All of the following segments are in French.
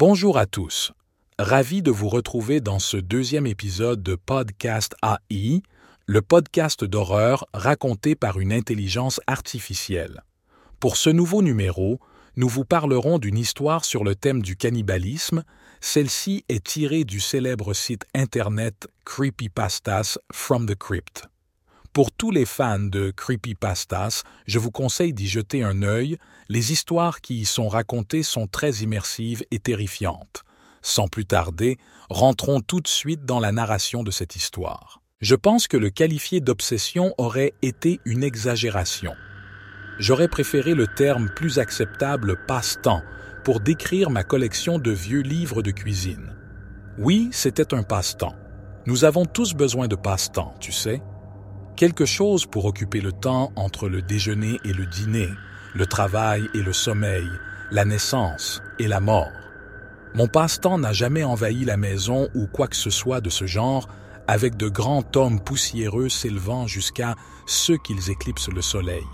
Bonjour à tous. Ravi de vous retrouver dans ce deuxième épisode de Podcast AI, le podcast d'horreur raconté par une intelligence artificielle. Pour ce nouveau numéro, nous vous parlerons d'une histoire sur le thème du cannibalisme. Celle-ci est tirée du célèbre site internet Creepypastas from the Crypt. Pour tous les fans de Creepypastas, je vous conseille d'y jeter un œil. Les histoires qui y sont racontées sont très immersives et terrifiantes. Sans plus tarder, rentrons tout de suite dans la narration de cette histoire. Je pense que le qualifier d'obsession aurait été une exagération. J'aurais préféré le terme plus acceptable « passe-temps » pour décrire ma collection de vieux livres de cuisine. Oui, c'était un passe-temps. Nous avons tous besoin de passe-temps, tu sais. Quelque chose pour occuper le temps entre le déjeuner et le dîner, le travail et le sommeil, la naissance et la mort. Mon passe-temps n'a jamais envahi la maison ou quoi que ce soit de ce genre, avec de grands tomes poussiéreux s'élevant jusqu'à ceux qu'ils éclipsent le soleil.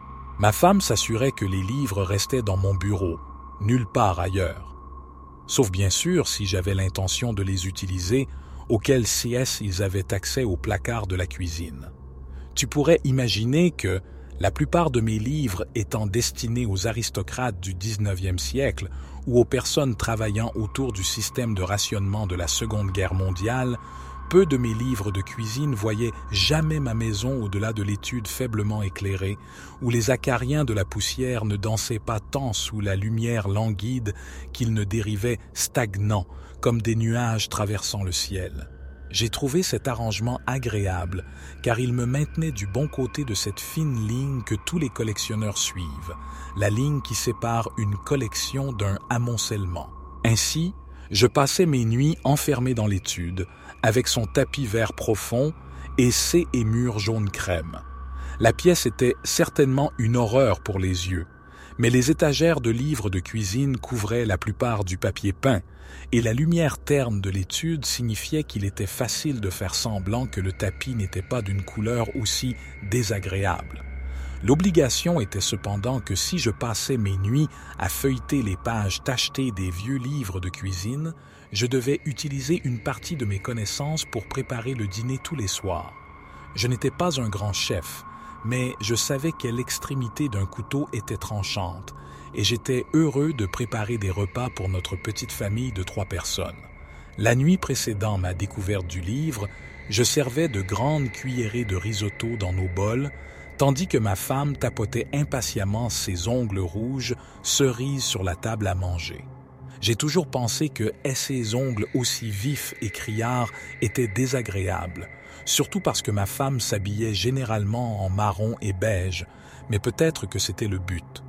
Ma femme s'assurait que les livres restaient dans mon bureau, nulle part ailleurs. Sauf bien sûr si j'avais l'intention de les utiliser, auquel CS ils avaient accès au placard de la cuisine. Tu pourrais imaginer que, la plupart de mes livres étant destinés aux aristocrates du 19e siècle ou aux personnes travaillant autour du système de rationnement de la Seconde Guerre mondiale, peu de mes livres de cuisine voyaient jamais ma maison au-delà de l'étude faiblement éclairée, où les acariens de la poussière ne dansaient pas tant sous la lumière languide qu'ils ne dérivaient stagnants comme des nuages traversant le ciel. J'ai trouvé cet arrangement agréable, car il me maintenait du bon côté de cette fine ligne que tous les collectionneurs suivent, la ligne qui sépare une collection d'un amoncellement. Ainsi, je passais mes nuits enfermé dans l'étude, avec son tapis vert profond et ses murs jaune crème. La pièce était certainement une horreur pour les yeux, mais les étagères de livres de cuisine couvraient la plupart du papier peint, et la lumière terne de l'étude signifiait qu'il était facile de faire semblant que le tapis n'était pas d'une couleur aussi désagréable. L'obligation était cependant que si je passais mes nuits à feuilleter les pages tachetées des vieux livres de cuisine, je devais utiliser une partie de mes connaissances pour préparer le dîner tous les soirs. Je n'étais pas un grand chef, mais je savais quelle extrémité d'un couteau était tranchante, et j'étais heureux de préparer des repas pour notre petite famille de 3 personnes. La nuit précédant ma découverte du livre, je servais de grandes cuillerées de risotto dans nos bols, tandis que ma femme tapotait impatiemment ses ongles rouges, cerises sur la table à manger. J'ai toujours pensé que ces ongles aussi vifs et criards étaient désagréables, surtout parce que ma femme s'habillait généralement en marron et beige, mais peut-être que c'était le but.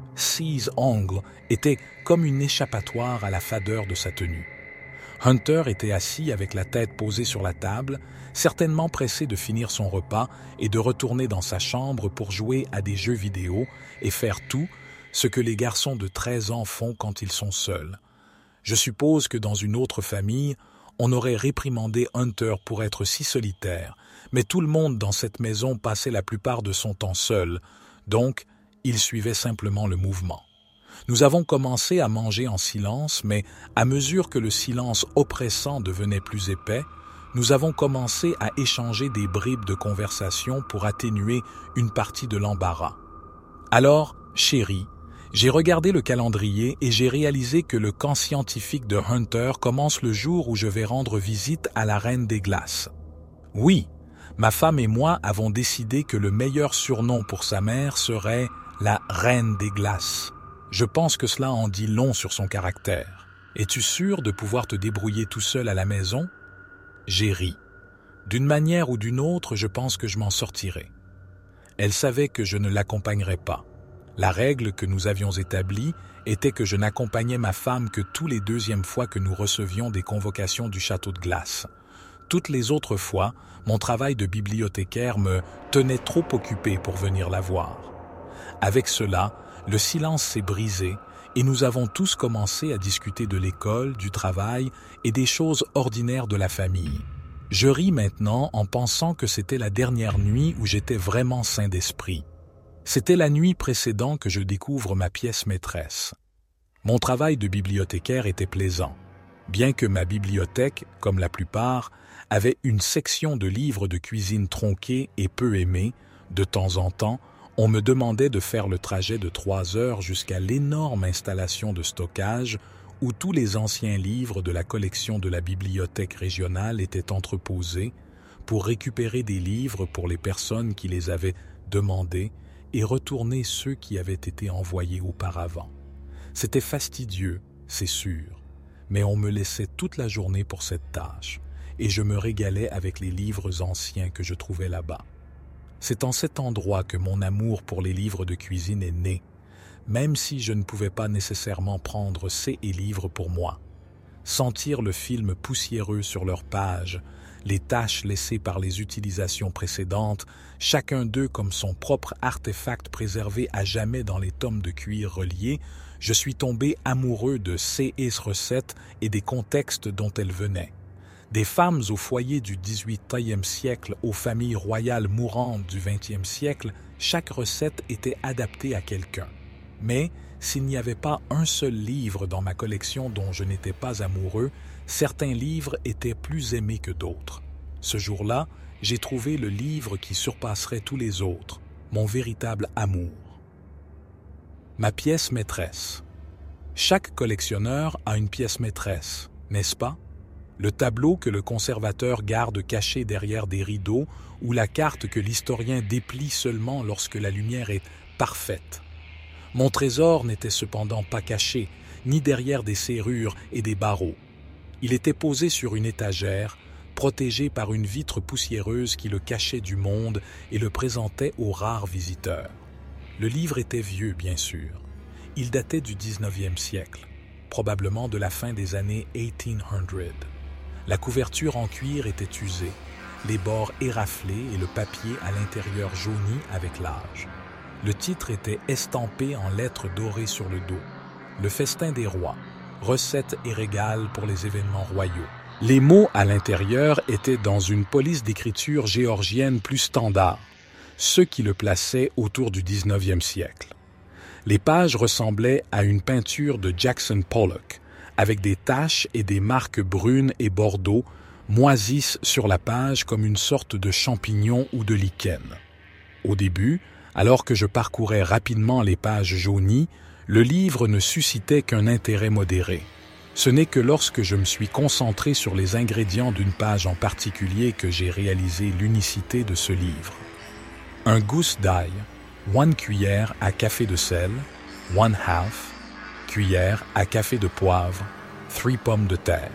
Ces ongles étaient comme une échappatoire à la fadeur de sa tenue. Hunter était assis avec la tête posée sur la table, certainement pressé de finir son repas et de retourner dans sa chambre pour jouer à des jeux vidéo et faire tout ce que les garçons de 13 ans font quand ils sont seuls. Je suppose que dans une autre famille, on aurait réprimandé Hunter pour être si solitaire, mais tout le monde dans cette maison passait la plupart de son temps seul, donc il suivait simplement le mouvement. Nous avons commencé à manger en silence, mais à mesure que le silence oppressant devenait plus épais, nous avons commencé à échanger des bribes de conversation pour atténuer une partie de l'embarras. Alors, chérie, j'ai regardé le calendrier et j'ai réalisé que le camp scientifique de Hunter commence le jour où je vais rendre visite à la Reine des Glaces. Oui, ma femme et moi avons décidé que le meilleur surnom pour sa mère serait la Reine des Glaces. Je pense que cela en dit long sur son caractère. Es-tu sûr de pouvoir te débrouiller tout seul à la maison? J'ai ri. D'une manière ou d'une autre, je pense que je m'en sortirai. Elle savait que je ne l'accompagnerais pas. La règle que nous avions établie était que je n'accompagnais ma femme que tous les 2e fois que nous recevions des convocations du château de glace. Toutes les autres fois, mon travail de bibliothécaire me tenait trop occupé pour venir la voir. Avec cela, le silence s'est brisé et nous avons tous commencé à discuter de l'école, du travail et des choses ordinaires de la famille. Je ris maintenant en pensant que c'était la dernière nuit où j'étais vraiment sain d'esprit. C'était la nuit précédente que je découvre ma pièce maîtresse. Mon travail de bibliothécaire était plaisant, bien que ma bibliothèque, comme la plupart, avait une section de livres de cuisine tronqués et peu aimés. De temps en temps, on me demandait de faire le trajet de 3 heures jusqu'à l'énorme installation de stockage où tous les anciens livres de la collection de la bibliothèque régionale étaient entreposés pour récupérer des livres pour les personnes qui les avaient demandés et retourner ceux qui avaient été envoyés auparavant. C'était fastidieux, c'est sûr, mais on me laissait toute la journée pour cette tâche et je me régalais avec les livres anciens que je trouvais là-bas. C'est en cet endroit que mon amour pour les livres de cuisine est né, même si je ne pouvais pas nécessairement prendre ces livres pour moi. Sentir le film poussiéreux sur leurs pages, les taches laissées par les utilisations précédentes, chacun d'eux comme son propre artefact préservé à jamais dans les tomes de cuir reliés, je suis tombé amoureux de ces recettes et des contextes dont elles venaient. Des femmes au foyer du 18e siècle aux familles royales mourantes du 20e siècle, chaque recette était adaptée à quelqu'un. Mais s'il n'y avait pas un seul livre dans ma collection dont je n'étais pas amoureux, certains livres étaient plus aimés que d'autres. Ce jour-là, j'ai trouvé le livre qui surpasserait tous les autres, mon véritable amour. Ma pièce maîtresse. Chaque collectionneur a une pièce maîtresse, n'est-ce pas? Le tableau que le conservateur garde caché derrière des rideaux ou la carte que l'historien déplie seulement lorsque la lumière est parfaite. Mon trésor n'était cependant pas caché, ni derrière des serrures et des barreaux. Il était posé sur une étagère, protégé par une vitre poussiéreuse qui le cachait du monde et le présentait aux rares visiteurs. Le livre était vieux, bien sûr. Il datait du 19e siècle, probablement de la fin des années 1800. La couverture en cuir était usée, les bords éraflés et le papier à l'intérieur jauni avec l'âge. Le titre était estampé en lettres dorées sur le dos. Le festin des rois, recettes et régals pour les événements royaux. Les mots à l'intérieur étaient dans une police d'écriture géorgienne plus standard, ce qui le plaçait autour du 19e siècle. Les pages ressemblaient à une peinture de Jackson Pollock, avec des taches et des marques brunes et bordeaux moisissent sur la page comme une sorte de champignon ou de lichen. Au début, alors que je parcourais rapidement les pages jaunies, le livre ne suscitait qu'un intérêt modéré. Ce n'est que lorsque je me suis concentré sur les ingrédients d'une page en particulier que j'ai réalisé l'unicité de ce livre. Un gousse d'ail, 1 cuillère à café de sel, 1/2 cuillère à café de poivre, 3 pommes de terre,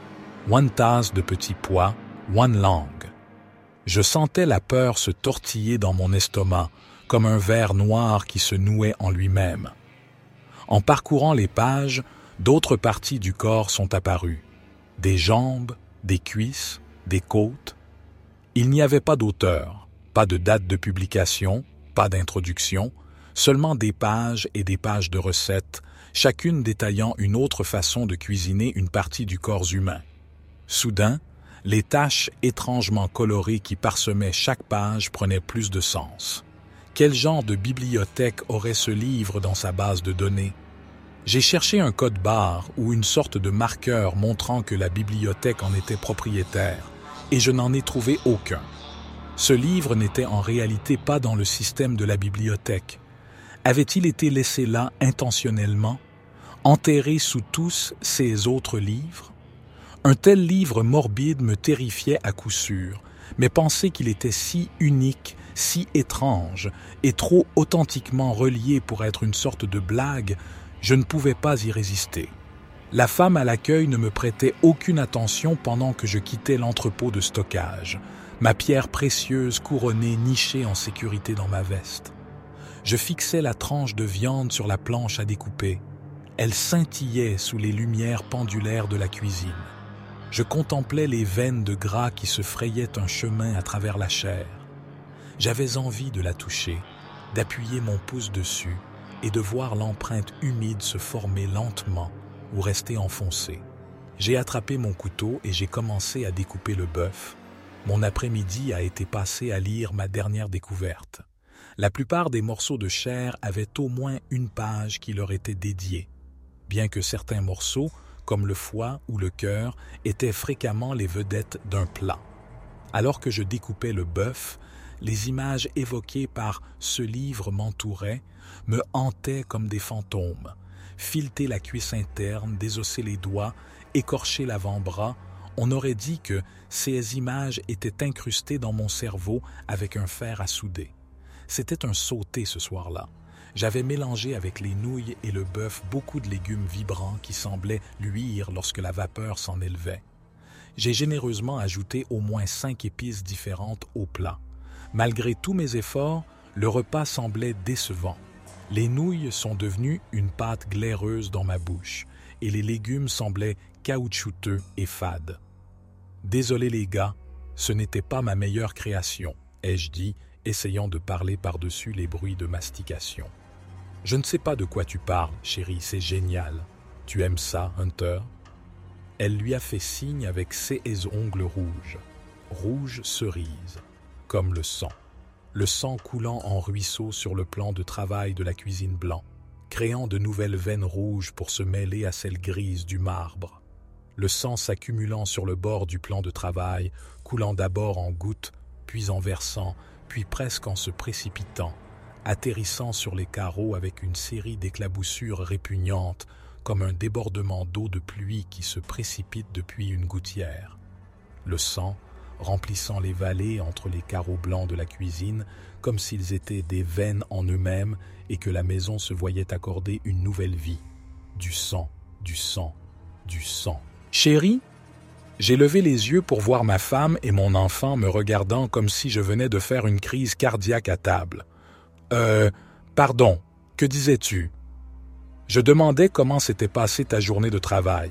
1 tasse de petits pois, 1 langue. Je sentais la peur se tortiller dans mon estomac, comme un ver noir qui se nouait en lui-même. En parcourant les pages, d'autres parties du corps sont apparues. Des jambes, des cuisses, des côtes. Il n'y avait pas d'auteur, pas de date de publication, pas d'introduction, seulement des pages et des pages de recettes, chacune détaillant une autre façon de cuisiner une partie du corps humain. Soudain, les taches étrangement colorées qui parsemaient chaque page prenaient plus de sens. Quel genre de bibliothèque aurait ce livre dans sa base de données? J'ai cherché un code barre ou une sorte de marqueur montrant que la bibliothèque en était propriétaire, et je n'en ai trouvé aucun. Ce livre n'était en réalité pas dans le système de la bibliothèque. Avait-il été laissé là intentionnellement, enterré sous tous ces autres livres? Un tel livre morbide me terrifiait à coup sûr, mais penser qu'il était si unique, si étrange et trop authentiquement relié pour être une sorte de blague, je ne pouvais pas y résister. La femme à l'accueil ne me prêtait aucune attention pendant que je quittais l'entrepôt de stockage, ma pierre précieuse couronnée nichée en sécurité dans ma veste. Je fixais la tranche de viande sur la planche à découper. Elle scintillait sous les lumières pendulaires de la cuisine. Je contemplais les veines de gras qui se frayaient un chemin à travers la chair. J'avais envie de la toucher, d'appuyer mon pouce dessus et de voir l'empreinte humide se former lentement ou rester enfoncée. J'ai attrapé mon couteau et j'ai commencé à découper le bœuf. Mon après-midi a été passé à lire ma dernière découverte. La plupart des morceaux de chair avaient au moins une page qui leur était dédiée. bien que certains morceaux, comme le foie ou le cœur, étaient fréquemment les vedettes d'un plat. Alors que je découpais le bœuf, les images évoquées par ce livre m'entouraient, me hantaient comme des fantômes. Fileter la cuisse interne, désosser les doigts, écorcher l'avant-bras, on aurait dit que ces images étaient incrustées dans mon cerveau avec un fer à souder. C'était un sauté ce soir-là. J'avais mélangé avec les nouilles et le bœuf beaucoup de légumes vibrants qui semblaient luire lorsque la vapeur s'en élevait. J'ai généreusement ajouté au moins 5 épices différentes au plat. Malgré tous mes efforts, le repas semblait décevant. Les nouilles sont devenues une pâte glaireuse dans ma bouche et les légumes semblaient caoutchouteux et fades. « Désolé les gars, ce n'était pas ma meilleure création », ai-je dit, essayant de parler par-dessus les bruits de mastication. « Je ne sais pas de quoi tu parles, chérie, c'est génial. Tu aimes ça, Hunter ?» Elle lui a fait signe avec ses ongles rouges, rouge cerise, comme le sang coulant en ruisseau sur le plan de travail de la cuisine blanc, créant de nouvelles veines rouges pour se mêler à celles grises du marbre. Le sang s'accumulant sur le bord du plan de travail, coulant d'abord en gouttes, puis en versant, puis presque en se précipitant, atterrissant sur les carreaux avec une série d'éclaboussures répugnantes, comme un débordement d'eau de pluie qui se précipite depuis une gouttière. Le sang, remplissant les vallées entre les carreaux blancs de la cuisine, comme s'ils étaient des veines en eux-mêmes et que la maison se voyait accorder une nouvelle vie. Du sang, du sang, du sang. « Chérie ?» J'ai levé les yeux pour voir ma femme et mon enfant me regardant comme si je venais de faire une crise cardiaque à table. « Pardon, que disais-tu » ? Je demandais comment s'était passée ta journée de travail.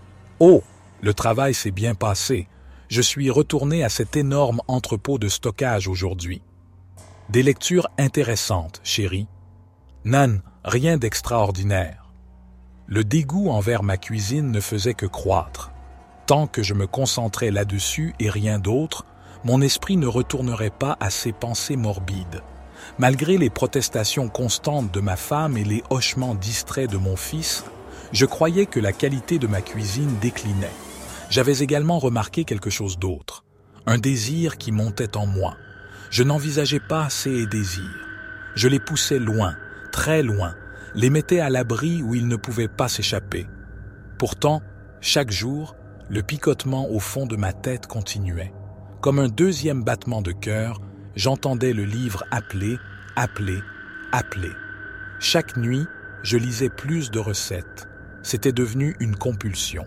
« Oh, le travail s'est bien passé. Je suis retourné à cet énorme entrepôt de stockage aujourd'hui. » Des lectures intéressantes, chérie. Nan, rien d'extraordinaire. Le dégoût envers ma cuisine ne faisait que croître. Tant que je me concentrais là-dessus et rien d'autre, mon esprit ne retournerait pas à ces pensées morbides. Malgré les protestations constantes de ma femme et les hochements distraits de mon fils, je croyais que la qualité de ma cuisine déclinait. J'avais également remarqué quelque chose d'autre, un désir qui montait en moi. Je n'envisageais pas ces désirs. Je les poussais loin, très loin, les mettais à l'abri où ils ne pouvaient pas s'échapper. Pourtant, chaque jour, le picotement au fond de ma tête continuait. Comme un deuxième battement de cœur, j'entendais le livre appeler, appeler, appeler. Chaque nuit, je lisais plus de recettes. C'était devenu une compulsion.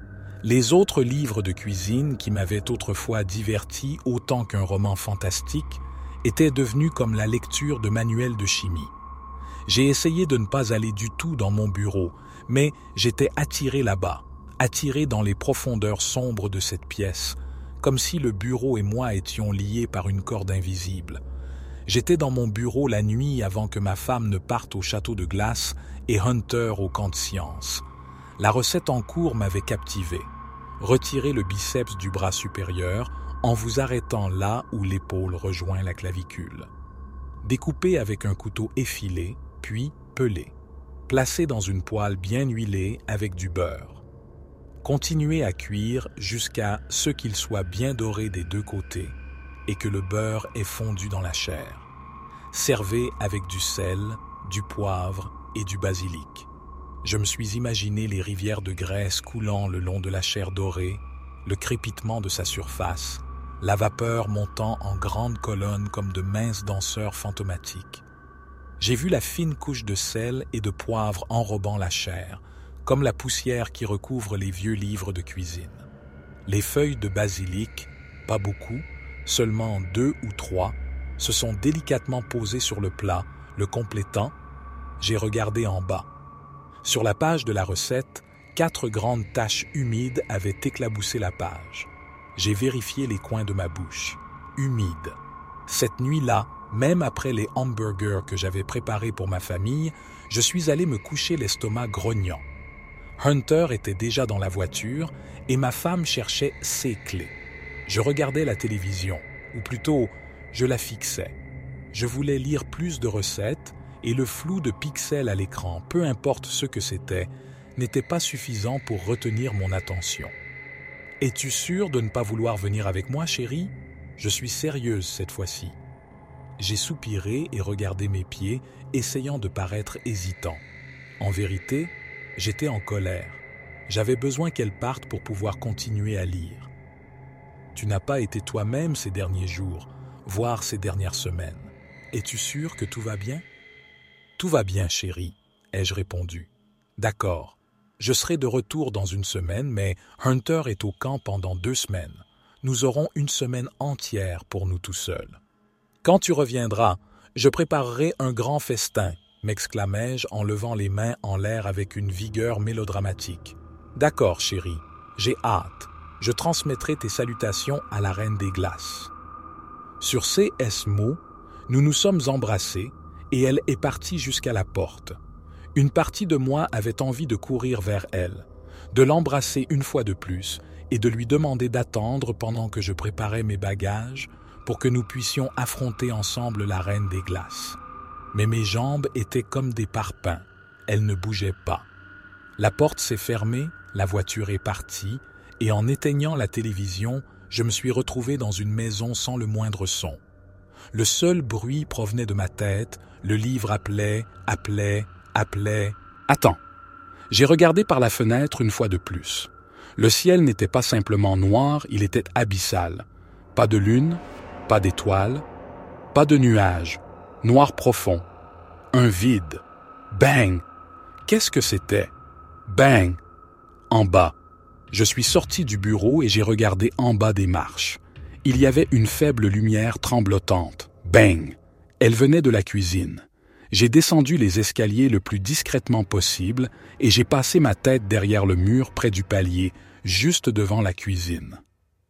Les autres livres de cuisine qui m'avaient autrefois diverti autant qu'un roman fantastique étaient devenus comme la lecture de manuels de chimie. J'ai essayé de ne pas aller du tout dans mon bureau, mais j'étais attiré là-bas, attiré dans les profondeurs sombres de cette pièce, comme si le bureau et moi étions liés par une corde invisible. J'étais dans mon bureau la nuit avant que ma femme ne parte au château de glace et Hunter au camp de science. La recette en cours m'avait captivé. Retirez le biceps du bras supérieur en vous arrêtant là où l'épaule rejoint la clavicule. Découpez avec un couteau effilé, puis pelé. Placez dans une poêle bien huilée avec du beurre. Continuez à cuire jusqu'à ce qu'il soit bien doré des deux côtés et que le beurre ait fondu dans la chair. Servez avec du sel, du poivre et du basilic. Je me suis imaginé les rivières de graisse coulant le long de la chair dorée, le crépitement de sa surface, la vapeur montant en grandes colonnes comme de minces danseurs fantomatiques. J'ai vu la fine couche de sel et de poivre enrobant la chair, comme la poussière qui recouvre les vieux livres de cuisine. Les feuilles de basilic, pas beaucoup, seulement 2 ou 3, se sont délicatement posées sur le plat, le complétant. J'ai regardé en bas. Sur la page de la recette, 4 grandes taches humides avaient éclaboussé la page. J'ai vérifié les coins de ma bouche. Humides. Cette nuit-là, même après les hamburgers que j'avais préparés pour ma famille, je suis allé me coucher l'estomac grognant. Hunter était déjà dans la voiture et ma femme cherchait ses clés. Je regardais la télévision, ou plutôt, je la fixais. Je voulais lire plus de recettes et le flou de pixels à l'écran, peu importe ce que c'était, n'était pas suffisant pour retenir mon attention. « Es-tu sûr de ne pas vouloir venir avec moi, chérie? Je suis sérieuse cette fois-ci. » J'ai soupiré et regardé mes pieds, essayant de paraître hésitant. En vérité, j'étais en colère. J'avais besoin qu'elle parte pour pouvoir continuer à lire. « Tu n'as pas été toi-même ces derniers jours, voire ces dernières semaines. Es-tu sûr que tout va bien? »« Tout va bien, chérie, » ai-je répondu. « D'accord. Je serai de retour dans une semaine, mais Hunter est au camp pendant 2 semaines. Nous aurons une semaine entière pour nous tout seuls. Quand tu reviendras, je préparerai un grand festin, m'exclamai-je en levant les mains en l'air avec une vigueur mélodramatique. D'accord, chérie, j'ai hâte. Je transmettrai tes salutations à la Reine des Glaces. Sur ces mots, nous nous sommes embrassés et elle est partie jusqu'à la porte. Une partie de moi avait envie de courir vers elle, de l'embrasser une fois de plus et de lui demander d'attendre pendant que je préparais mes bagages pour que nous puissions affronter ensemble la Reine des Glaces. Mais mes jambes étaient comme des parpaings, elles ne bougeaient pas. La porte s'est fermée, la voiture est partie, et en éteignant la télévision, je me suis retrouvé dans une maison sans le moindre son. Le seul bruit provenait de ma tête, le livre appelait. Attends. J'ai regardé par la fenêtre une fois de plus. Le ciel n'était pas simplement noir, il était abyssal. Pas de lune, pas d'étoiles, pas de nuages, noir profond. Un vide. Bang! Qu'est-ce que c'était? Bang! En bas. Je suis sorti du bureau et j'ai regardé en bas des marches. Il y avait une faible lumière tremblotante. Bang! Elle venait de la cuisine. J'ai descendu les escaliers le plus discrètement possible et j'ai passé ma tête derrière le mur près du palier, juste devant la cuisine.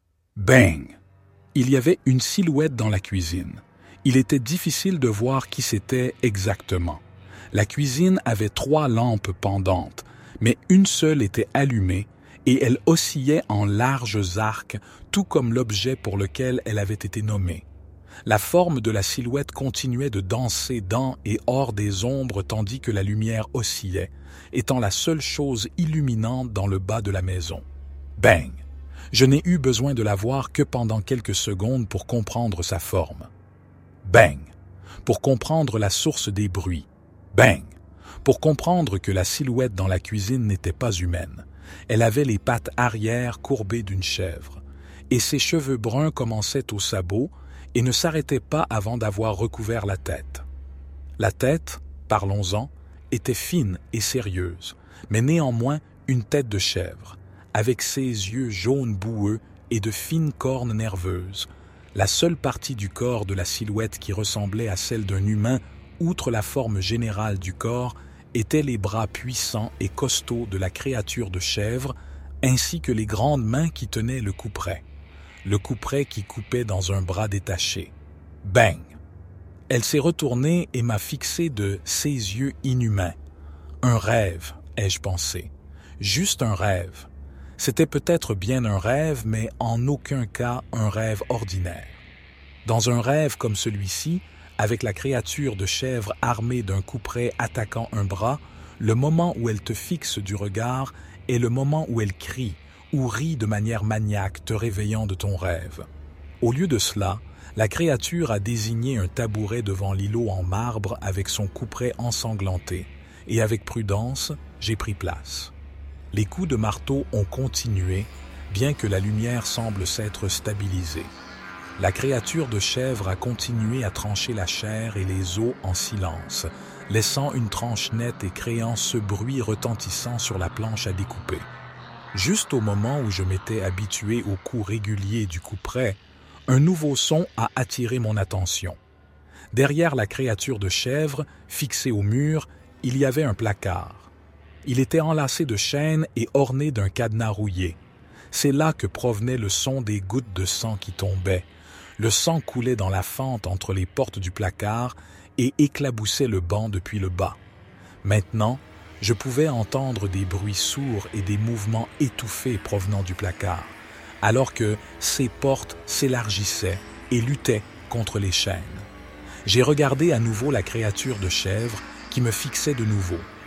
Bang! Il y avait une silhouette dans la cuisine. Il était difficile de voir qui c'était exactement. La cuisine avait 3 lampes pendantes, mais une seule était allumée et elle oscillait en larges arcs, tout comme l'objet pour lequel elle avait été nommée. La forme de la silhouette continuait de danser dans et hors des ombres tandis que la lumière oscillait, étant la seule chose illuminante dans le bas de la maison. Bang! Je n'ai eu besoin de la voir que pendant quelques secondes pour comprendre sa forme. Bang! Pour comprendre la source des bruits. Bang! Pour comprendre que la silhouette dans la cuisine n'était pas humaine. Elle avait les pattes arrière courbées d'une chèvre, et ses cheveux bruns commençaient au sabot et ne s'arrêtaient pas avant d'avoir recouvert la tête. La tête, parlons-en, était fine et sérieuse, mais néanmoins une tête de chèvre, avec ses yeux jaunes boueux et de fines cornes nerveuses, la seule partie du corps de la silhouette qui ressemblait à celle d'un humain, outre la forme générale du corps, étaient les bras puissants et costauds de la créature de chèvre, ainsi que les grandes mains qui tenaient le couperet. Le couperet qui coupait dans un bras détaché. Bang! Elle s'est retournée et m'a fixé de ses yeux inhumains. Un rêve, ai-je pensé. Juste un rêve. C'était peut-être bien un rêve, mais en aucun cas un rêve ordinaire. Dans un rêve comme celui-ci, avec la créature de chèvre armée d'un couperet attaquant un bras, le moment où elle te fixe du regard est le moment où elle crie ou rit de manière maniaque, te réveillant de ton rêve. Au lieu de cela, la créature a désigné un tabouret devant l'îlot en marbre avec son couperet ensanglanté, et avec prudence, j'ai pris place. Les coups de marteau ont continué, bien que la lumière semble s'être stabilisée. La créature de chèvre a continué à trancher la chair et les os en silence, laissant une tranche nette et créant ce bruit retentissant sur la planche à découper. Juste au moment où je m'étais habitué au coup régulier du couperet, un nouveau son a attiré mon attention. Derrière la créature de chèvre, fixée au mur, il y avait un placard. Il était enlacé de chaînes et orné d'un cadenas rouillé. C'est là que provenait le son des gouttes de sang qui tombaient. Le sang coulait dans la fente entre les portes du placard et éclaboussait le banc depuis le bas. Maintenant, je pouvais entendre des bruits sourds et des mouvements étouffés provenant du placard, alors que ses portes s'élargissaient et luttaient contre les chaînes. J'ai regardé à nouveau la créature de chèvre qui me fixait de nouveau.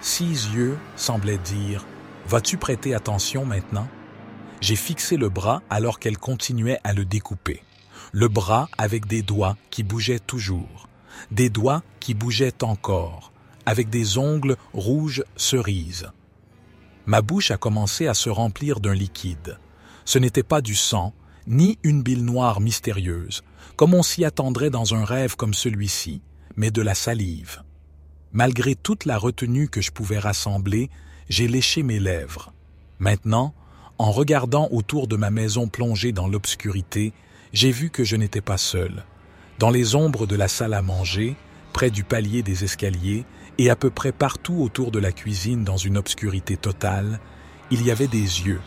6 yeux semblaient dire « Vas-tu prêter attention maintenant ?» J'ai fixé le bras alors qu'elle continuait à le découper. Le bras avec des doigts qui bougeaient toujours. Des doigts qui bougeaient encore, avec des ongles rouges cerises. Ma bouche a commencé à se remplir d'un liquide. Ce n'était pas du sang, ni une bile noire mystérieuse, comme on s'y attendrait dans un rêve comme celui-ci, mais de la salive. Malgré toute la retenue que je pouvais rassembler, j'ai léché mes lèvres. Maintenant, en regardant autour de ma maison plongée dans l'obscurité, j'ai vu que je n'étais pas seul. Dans les ombres de la salle à manger, près du palier des escaliers et à peu près partout autour de la cuisine dans une obscurité totale, il y avait des yeux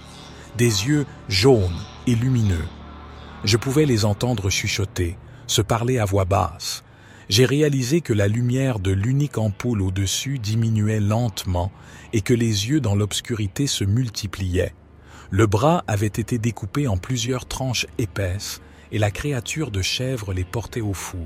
jaunes et lumineux. Je pouvais les entendre chuchoter, se parler à voix basse. J'ai réalisé que la lumière de l'unique ampoule au-dessus diminuait lentement et que les yeux dans l'obscurité se multipliaient. Le bras avait été découpé en plusieurs tranches épaisses et la créature de chèvre les portait au four.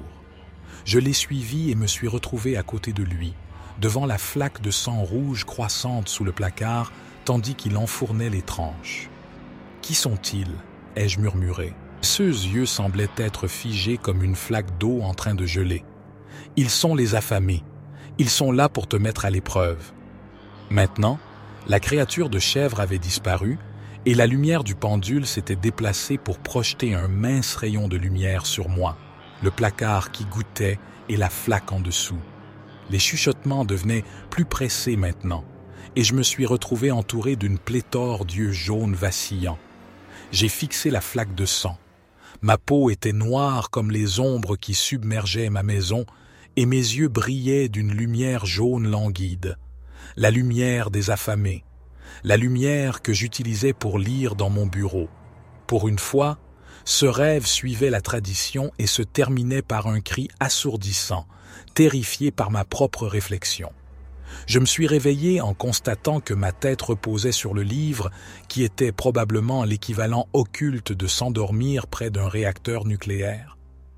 Je l'ai suivi et me suis retrouvé à côté de lui, devant la flaque de sang rouge croissante sous le placard, tandis qu'il enfournait les tranches. « Qui sont-ils » ai-je murmuré. Ceux yeux semblaient être figés comme une flaque d'eau en train de geler. « Ils sont les affamés. Ils sont là pour te mettre à l'épreuve. » Maintenant, la créature de chèvre avait disparu et la lumière du pendule s'était déplacée pour projeter un mince rayon de lumière sur moi, le placard qui goûtait et la flaque en dessous. Les chuchotements devenaient plus pressés maintenant, et je me suis retrouvé entouré d'une pléthore d'yeux jaunes vacillants. J'ai fixé la flaque de sang. Ma peau était noire comme les ombres qui submergeaient ma maison, et mes yeux brillaient d'une lumière jaune languide, la lumière des affamés, la lumière que j'utilisais pour lire dans mon bureau. Pour une fois, ce rêve suivait la tradition et se terminait par un cri assourdissant, terrifié par ma propre réflexion. Je me suis réveillé en constatant que ma tête reposait sur le livre, qui était probablement l'équivalent occulte de s'endormir près d'un réacteur nucléaire.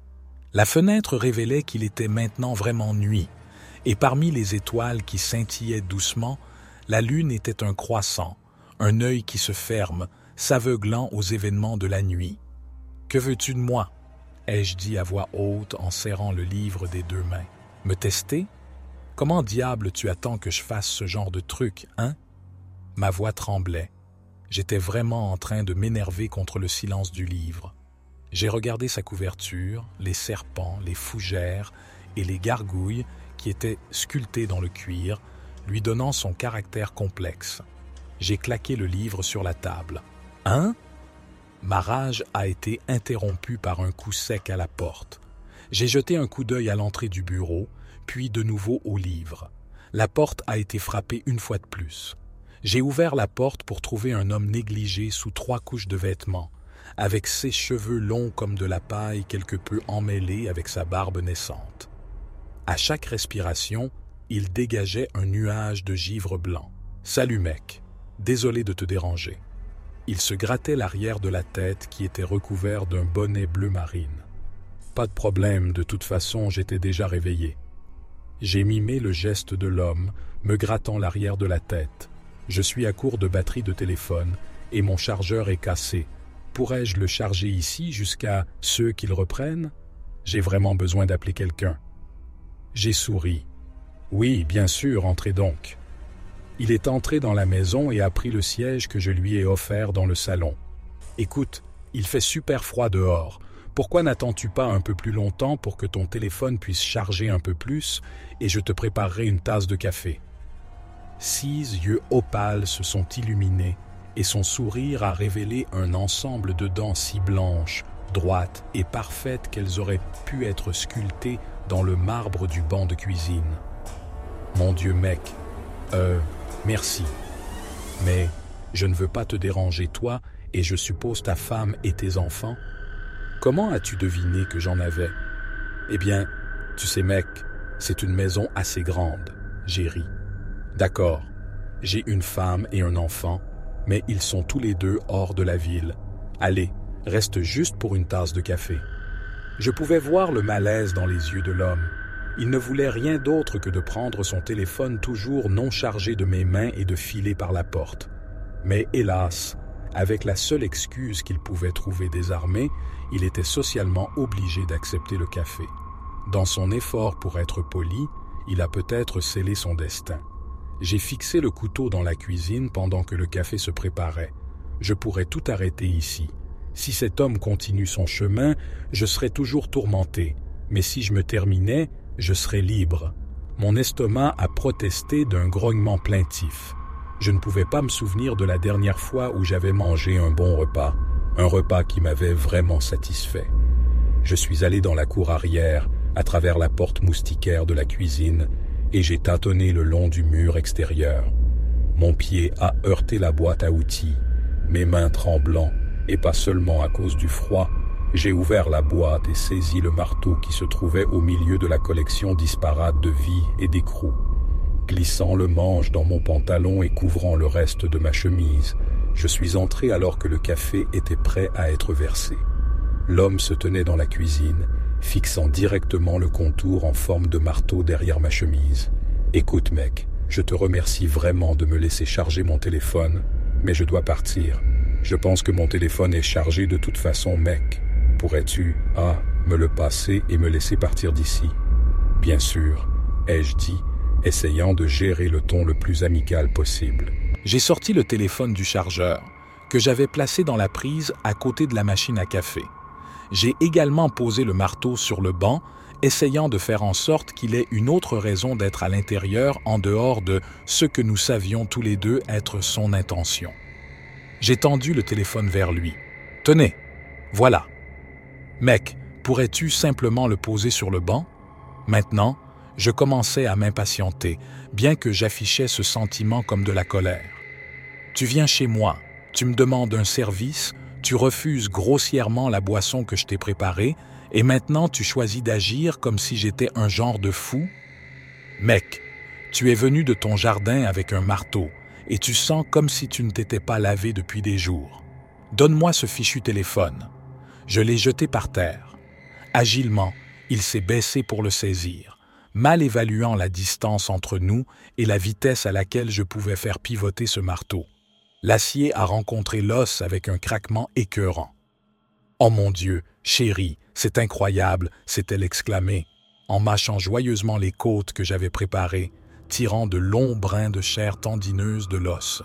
La fenêtre révélait qu'il était maintenant vraiment nuit, et parmi les étoiles qui scintillaient doucement, la lune était un croissant, un œil qui se ferme, s'aveuglant aux événements de la nuit. « Que veux-tu de moi ?» ai-je dit à voix haute en serrant le livre des 2 mains. « Me tester ? Comment diable tu attends que je fasse ce genre de truc, hein ?» Ma voix tremblait. J'étais vraiment en train de m'énerver contre le silence du livre. J'ai regardé sa couverture, les serpents, les fougères et les gargouilles qui étaient sculptés dans le cuir, lui donnant son caractère complexe. J'ai claqué le livre sur la table. « Hein ?» Ma rage a été interrompue par un coup sec à la porte. J'ai jeté un coup d'œil à l'entrée du bureau, puis de nouveau au livre. La porte a été frappée une fois de plus. J'ai ouvert la porte pour trouver un homme négligé sous 3 couches de vêtements, avec ses cheveux longs comme de la paille quelque peu emmêlés avec sa barbe naissante. À chaque respiration, il dégageait un nuage de givre blanc. « Salut mec, désolé de te déranger. » Il se grattait l'arrière de la tête qui était recouvert d'un bonnet bleu marine. « Pas de problème, de toute façon, j'étais déjà réveillé. » J'ai mimé le geste de l'homme, me grattant l'arrière de la tête. Je suis à court de batterie de téléphone et mon chargeur est cassé. Pourrais-je le charger ici jusqu'à ce qu'il reprenne? J'ai vraiment besoin d'appeler quelqu'un. J'ai souri. Oui, bien sûr, entrez donc. Il est entré dans la maison et a pris le siège que je lui ai offert dans le salon. Écoute, il fait super froid dehors. Pourquoi n'attends-tu pas un peu plus longtemps pour que ton téléphone puisse charger un peu plus et je te préparerai une tasse de café? 6 yeux opales se sont illuminés et son sourire a révélé un ensemble de dents si blanches, droites et parfaites qu'elles auraient pu être sculptées dans le marbre du banc de cuisine. Mon Dieu mec, merci. Mais je ne veux pas te déranger toi et je suppose ta femme et tes enfants. Comment as-tu deviné que j'en avais? Eh bien, tu sais mec, c'est une maison assez grande. J'ai ri. D'accord, j'ai une femme et un enfant, mais ils sont tous les 2 hors de la ville. Allez, reste juste pour une tasse de café. Je pouvais voir le malaise dans les yeux de l'homme. Il ne voulait rien d'autre que de prendre son téléphone toujours non chargé de mes mains et de filer par la porte. Mais hélas, avec la seule excuse qu'il pouvait trouver désarmé, il était socialement obligé d'accepter le café. Dans son effort pour être poli, il a peut-être scellé son destin. J'ai fixé le couteau dans la cuisine pendant que le café se préparait. Je pourrais tout arrêter ici. Si cet homme continue son chemin, je serais toujours tourmenté. Mais si je me terminais, je serais libre. Mon estomac a protesté d'un grognement plaintif. Je ne pouvais pas me souvenir de la dernière fois où j'avais mangé un bon repas, un repas qui m'avait vraiment satisfait. Je suis allé dans la cour arrière, à travers la porte moustiquaire de la cuisine, et j'ai tâtonné le long du mur extérieur. Mon pied a heurté la boîte à outils, mes mains tremblant, et pas seulement à cause du froid, j'ai ouvert la boîte et saisi le marteau qui se trouvait au milieu de la collection disparate de vis et d'écrous. Glissant le manche dans mon pantalon et couvrant le reste de ma chemise, je suis entré alors que le café était prêt à être versé. L'homme se tenait dans la cuisine, fixant directement le contour en forme de marteau derrière ma chemise. « Écoute, mec, je te remercie vraiment de me laisser charger mon téléphone, mais je dois partir. Je pense que mon téléphone est chargé de toute façon, mec. Pourrais-tu, me le passer et me laisser partir d'ici? » « Bien sûr, ai-je dit, essayant de gérer le ton le plus amical possible. J'ai sorti le téléphone du chargeur, que j'avais placé dans la prise à côté de la machine à café. J'ai également posé le marteau sur le banc, essayant de faire en sorte qu'il ait une autre raison d'être à l'intérieur en dehors de ce que nous savions tous les deux être son intention. J'ai tendu le téléphone vers lui. « Tenez, voilà. Mec, pourrais-tu simplement le poser sur le banc? » Maintenant, je commençais à m'impatienter, bien que j'affichais ce sentiment comme de la colère. Tu viens chez moi, tu me demandes un service, tu refuses grossièrement la boisson que je t'ai préparée, et maintenant tu choisis d'agir comme si j'étais un genre de fou? Mec, tu es venu de ton jardin avec un marteau, et tu sens comme si tu ne t'étais pas lavé depuis des jours. Donne-moi ce fichu téléphone. Je l'ai jeté par terre. Agilement, il s'est baissé pour le saisir, mal évaluant la distance entre nous et la vitesse à laquelle je pouvais faire pivoter ce marteau. L'acier a rencontré l'os avec un craquement écœurant. « Oh mon Dieu, chérie, c'est incroyable !» s'est-elle exclamée, en mâchant joyeusement les côtes que j'avais préparées, tirant de longs brins de chair tendineuse de l'os.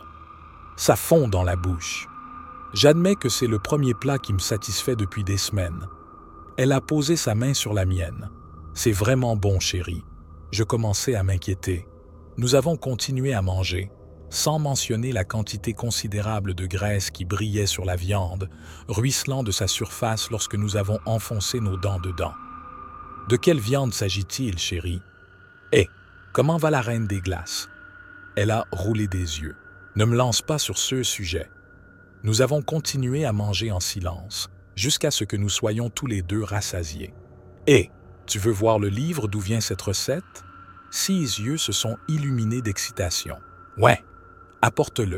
Ça fond dans la bouche. J'admets que c'est le premier plat qui me satisfait depuis des semaines. Elle a posé sa main sur la mienne. « C'est vraiment bon, chérie. » Je commençais à m'inquiéter. Nous avons continué à manger, sans mentionner la quantité considérable de graisse qui brillait sur la viande, ruisselant de sa surface lorsque nous avons enfoncé nos dents dedans. « De quelle viande s'agit-il, chérie? »« Hé, comment va la reine des glaces? » Elle a roulé des yeux. « Ne me lance pas sur ce sujet. » Nous avons continué à manger en silence, jusqu'à ce que nous soyons tous les deux rassasiés. « Hé, tu veux voir le livre d'où vient cette recette? » Ses yeux se sont illuminés d'excitation. « Ouais, apporte-le. »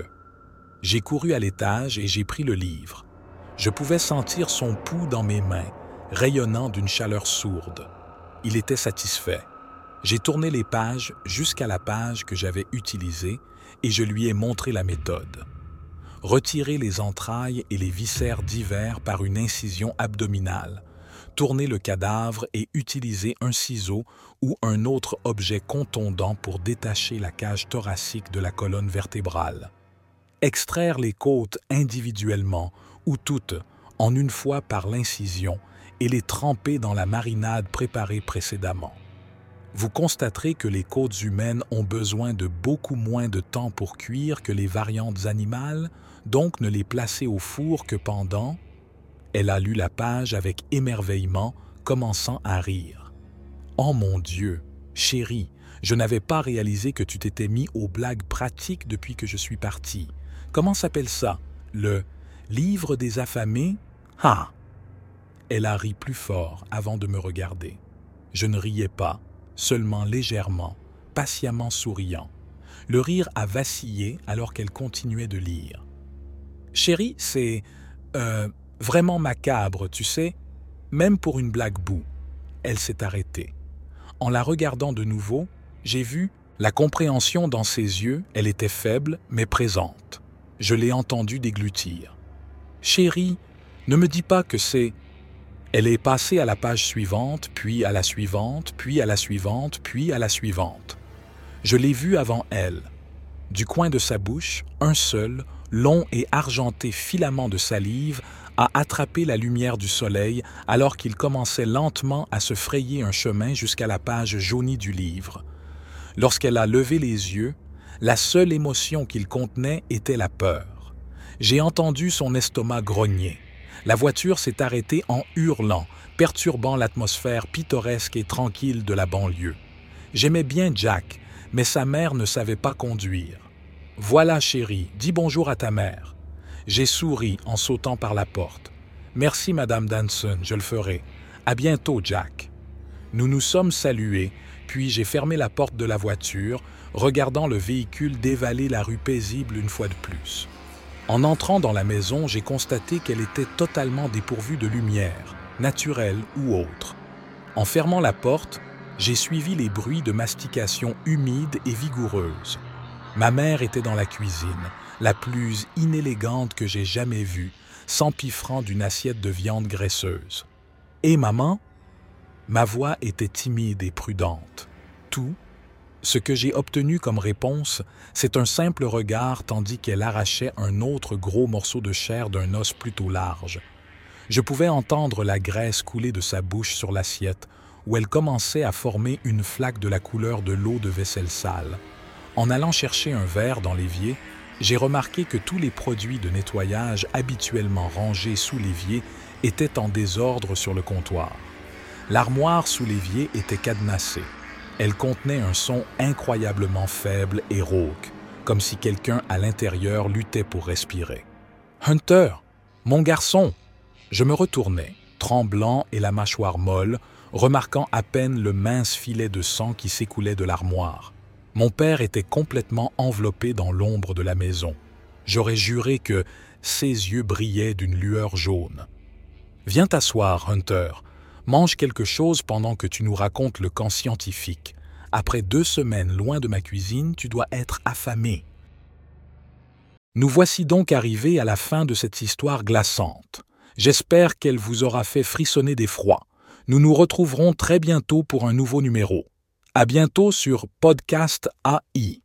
J'ai couru à l'étage et j'ai pris le livre. Je pouvais sentir son pouls dans mes mains, rayonnant d'une chaleur sourde. Il était satisfait. J'ai tourné les pages jusqu'à la page que j'avais utilisée et je lui ai montré la méthode. Retirer les entrailles et les viscères divers par une incision abdominale, tourner le cadavre et utiliser un ciseau ou un autre objet contondant pour détacher la cage thoracique de la colonne vertébrale. Extraire les côtes individuellement ou toutes en une fois par l'incision et les tremper dans la marinade préparée précédemment. Vous constaterez que les côtes humaines ont besoin de beaucoup moins de temps pour cuire que les variantes animales, donc ne les placez au four que pendant... Elle a lu la page avec émerveillement, commençant à rire. « Oh mon Dieu, chérie, je n'avais pas réalisé que tu t'étais mis aux blagues pratiques depuis que je suis parti. Comment s'appelle ça? Le livre des affamés? Ah! » Elle a ri plus fort avant de me regarder. Je ne riais pas, seulement légèrement, patiemment souriant. Le rire a vacillé alors qu'elle continuait de lire. « Chérie, c'est... vraiment macabre, tu sais, même pour une blague boue. » Elle s'est arrêtée. en la regardant de nouveau, j'ai vu la compréhension dans ses yeux, elle était faible mais présente. Je l'ai entendue déglutir. « Chérie, ne me dis pas que c'est… » Elle est passée à la page suivante, puis à la suivante, puis à la suivante, puis à la suivante. Je l'ai vue avant elle. Du coin de sa bouche, un seul, long et argenté filament de salive a attrapé la lumière du soleil alors qu'il commençait lentement à se frayer un chemin jusqu'à la page jaunie du livre. Lorsqu'elle a levé les yeux, la seule émotion qu'il contenait était la peur. J'ai entendu son estomac grogner. La voiture s'est arrêtée en hurlant, perturbant l'atmosphère pittoresque et tranquille de la banlieue. J'aimais bien Jack, mais sa mère ne savait pas conduire. « Voilà, chérie, dis bonjour à ta mère. » J'ai souri en sautant par la porte. « Merci, Madame Danson, je le ferai. À bientôt, Jack. » Nous nous sommes salués, puis j'ai fermé la porte de la voiture, regardant le véhicule dévaler la rue paisible une fois de plus. En entrant dans la maison, j'ai constaté qu'elle était totalement dépourvue de lumière, naturelle ou autre. En fermant la porte, j'ai suivi les bruits de mastication humide et vigoureuse. Ma mère était dans la cuisine, la plus inélégante que j'ai jamais vue, s'empiffrant d'une assiette de viande graisseuse. « Et maman ?» Ma voix était timide et prudente. Tout, ce que j'ai obtenu comme réponse, c'est un simple regard tandis qu'elle arrachait un autre gros morceau de chair d'un os plutôt large. Je pouvais entendre la graisse couler de sa bouche sur l'assiette, où elle commençait à former une flaque de la couleur de l'eau de vaisselle sale. En allant chercher un verre dans l'évier, j'ai remarqué que tous les produits de nettoyage habituellement rangés sous l'évier étaient en désordre sur le comptoir. L'armoire sous l'évier était cadenassée. Elle contenait un son incroyablement faible et rauque, comme si quelqu'un à l'intérieur luttait pour respirer. « Hunter, mon garçon !» Je me retournai, tremblant et la mâchoire molle, remarquant à peine le mince filet de sang qui s'écoulait de l'armoire. Mon père était complètement enveloppé dans l'ombre de la maison. J'aurais juré que ses yeux brillaient d'une lueur jaune. « Viens t'asseoir, Hunter. Mange quelque chose pendant que tu nous racontes le camp scientifique. Après 2 semaines loin de ma cuisine, tu dois être affamé. » Nous voici donc arrivés à la fin de cette histoire glaçante. J'espère qu'elle vous aura fait frissonner d'effroi. Nous nous retrouverons très bientôt pour un nouveau numéro. À bientôt sur Podcast AI.